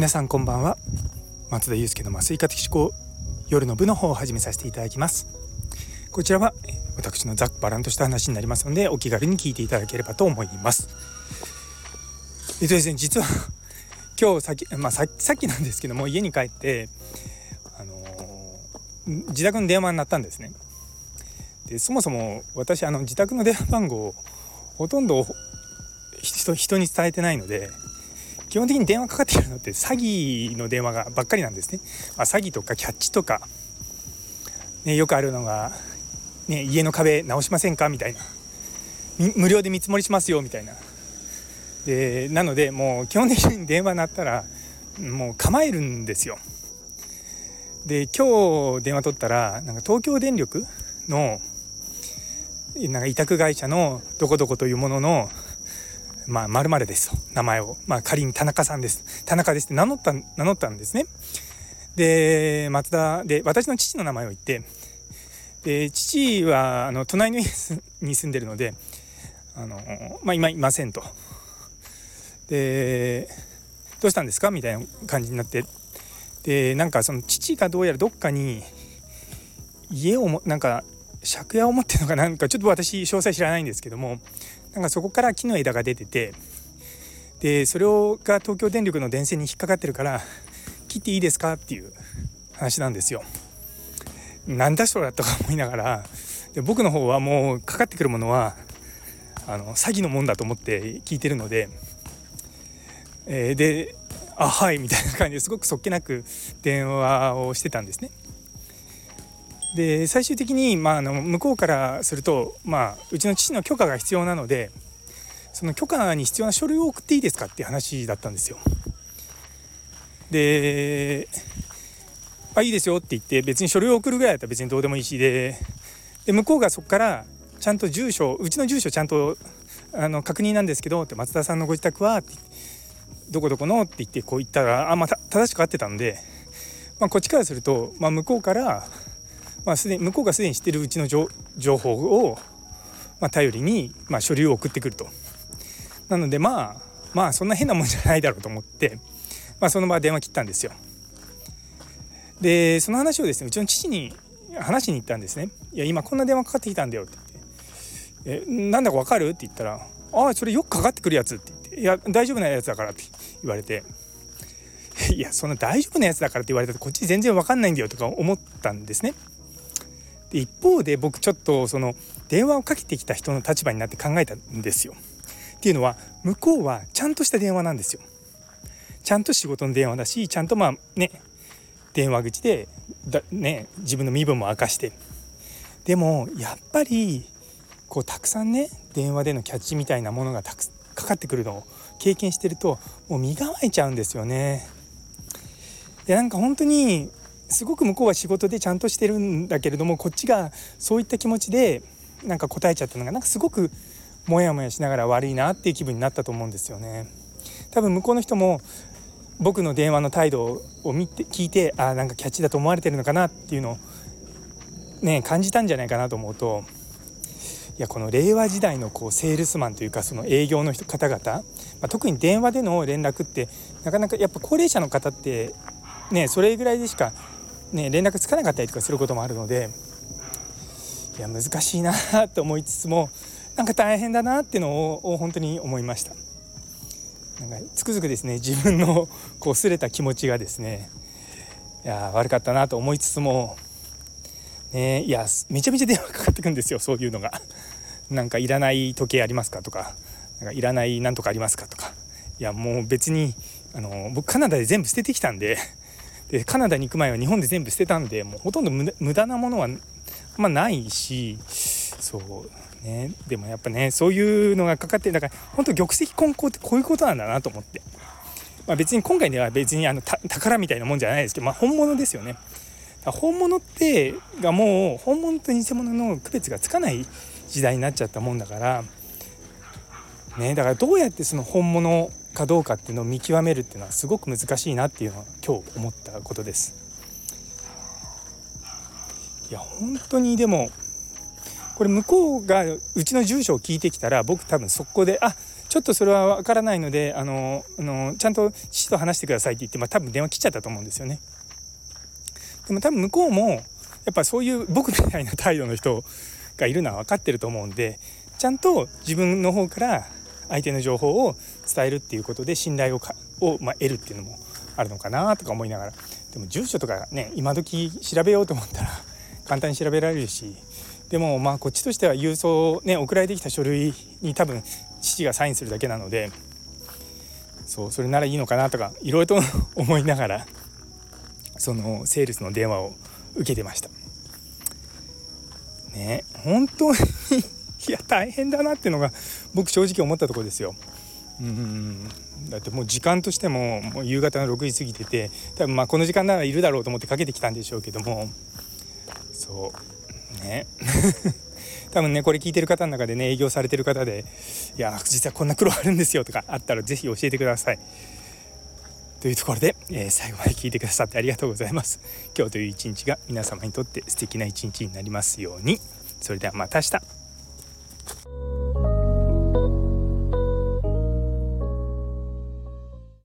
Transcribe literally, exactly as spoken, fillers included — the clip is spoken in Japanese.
皆さんこんばんは。松田祐介の麻酔科的思考夜の部の方を始めさせていただきます。こちらは私のざっくばらんとした話になりますので、お気軽に聞いていただければと思います。えっとですね実は今日さっき、まあ、さ, さっきなんですけども、家に帰って、あのー、自宅の電話になったんですね。でそもそも私あの自宅の電話番号をほとんど 人, 人に伝えてないので、基本的に電話かかってくるのって詐欺の電話がばっかりなんですね。まあ、詐欺とかキャッチとか、ね、よくあるのが、ね、家の壁直しませんかみたいな、無料で見積もりしますよみたいな。でなのでもう基本的に電話鳴ったらもう構えるんですよ。で今日電話取ったらなんか東京電力のなんか委託会社のどこどこというもののまあ、〇〇ですと名前を、まあ、仮に田中さんです田中ですって名乗った名乗ったんですね。で松田で私の父の名前を言って、で父はあの隣の家に住んでるのであの、まあ、今いませんと。でどうしたんですかみたいな感じになって、でなんかその父がどうやらどっかに家をもなんか借家を持ってるのかなんかちょっと私詳細知らないんですけども、なんかそこから木の枝が出てて、でそれをが東京電力の電線に引っかかってるから切っていいですかっていう話なんですよ。なんだそれだとか思いながら、で僕の方はもうかかってくるものはあの詐欺のもんだと思って聞いてるので、えー、であはいみたいな感じですごくそっけなく電話をしてたんですね。で最終的に、まあ、あの向こうからすると、まあ、うちの父の許可が必要なので、その許可に必要な書類を送っていいですかっていう話だったんですよ。であいいですよって言って、別に書類を送るぐらいだったら別にどうでもいいし、でで向こうがそこからちゃんと住所うちの住所ちゃんとあの確認なんですけどって、松田さんのご自宅はってどこどこのって言ってこう言ったら、あ、まあ、正しく合ってたんで、まあ、こっちからすると、まあ、向こうからまあ、すでに向こうがすでに知っているうちの情報を、まあ、頼りに、まあ、書類を送ってくると。なのでまあまあそんな変なもんじゃないだろうと思って、まあ、その場で電話切ったんですよ。でその話をですねうちの父に話しに行ったんですね。いや今こんな電話かかってきたんだよって言って、えなんだか分かるって言ったら、ああそれよくかかってくるやつって言って、いや大丈夫なやつだからって言われて、いやそんな大丈夫なやつだからって言われたらこっち全然分かんないんだよとか思ったんですね。で一方で僕ちょっとその電話をかけてきた人の立場になって考えたんですよ。っていうのは向こうはちゃんとした電話なんですよ。ちゃんと仕事の電話だし、ちゃんとまあね電話口でだ、ね、自分の身分も明かして、でもやっぱりこうたくさんね電話でのキャッチみたいなものがたくかかってくるのを経験してるともう身構えちゃうんですよね。でなんか本当にすごく向こうは仕事でちゃんとしてるんだけれども、こっちがそういった気持ちでなんか答えちゃったのがなんかすごくモヤモヤしながら悪いなっていう気分になったと思うんですよね。多分向こうの人も僕の電話の態度を見て聞いて、あなんかキャッチだと思われてるのかなっていうのをね感じたんじゃないかなと思うと、いやこの令和時代のこうセールスマンというかその営業の人方々、まあ、特に電話での連絡ってなかなかやっぱ高齢者の方ってねそれぐらいでしかね、連絡つかなかったりとかすることもあるので、いや難しいなと思いつつもなんか大変だなっていうのを本当に思いました。なんかつくづくですね自分のこう擦れた気持ちがですね、いや悪かったなと思いつつも、ね、いやめちゃめちゃ電話かかってくるんですよ。そういうのがなんかいらない時計ありますかとか、なんかいらないなんとかありますかとか、いやもう別にあの僕カナダで全部捨ててきたんで、でカナダに行く前は日本で全部捨てたんで、もうほとんど無駄なものはまあないし、そうね、でもやっぱねそういうのがかかってる、だから本当玉石混交ってこういうことなんだなと思って、まあ、別に今回では別にあの宝みたいなもんじゃないですけど、まあ、本物ですよね。本物ってがもう本物と偽物の区別がつかない時代になっちゃったもんだからね、だからどうやってその本物かどうかっていうのを見極めるっていうのはすごく難しいなっていうのは今日思ったことです。いや本当にでもこれ向こうがうちの住所を聞いてきたら、僕多分そこであちょっとそれは分からないのであのあのちゃんと父と話してくださいって言って、まあ、多分電話切っちゃったと思うんですよね。でも多分向こうもやっぱそういう僕みたいな態度の人がいるのは分かってると思うんで、ちゃんと自分の方から相手の情報を伝えるっていうことで信頼をかを、まあ、得るっていうのもあるのかなとか思いながら、でも住所とかね今時調べようと思ったら簡単に調べられるし、でもまあこっちとしては郵送ね送られてきた書類に多分父がサインするだけなので、そうそれならいいのかなとかいろいろと思いながらそのセールスの電話を受けてましたね。本当にいや大変だなっていうのが僕正直思ったところですよ。うーんだってもう時間としてももう夕方のろくじ過ぎてて、多分まあこの時間ならいるだろうと思ってかけてきたんでしょうけども、そうね多分ねこれ聞いてる方の中でね営業されてる方で、いや実はこんな苦労あるんですよとかあったらぜひ教えてくださいというところで、えー、最後まで聞いてくださってありがとうございます。今日という一日が皆様にとって素敵な一日になりますように。それではまた明日。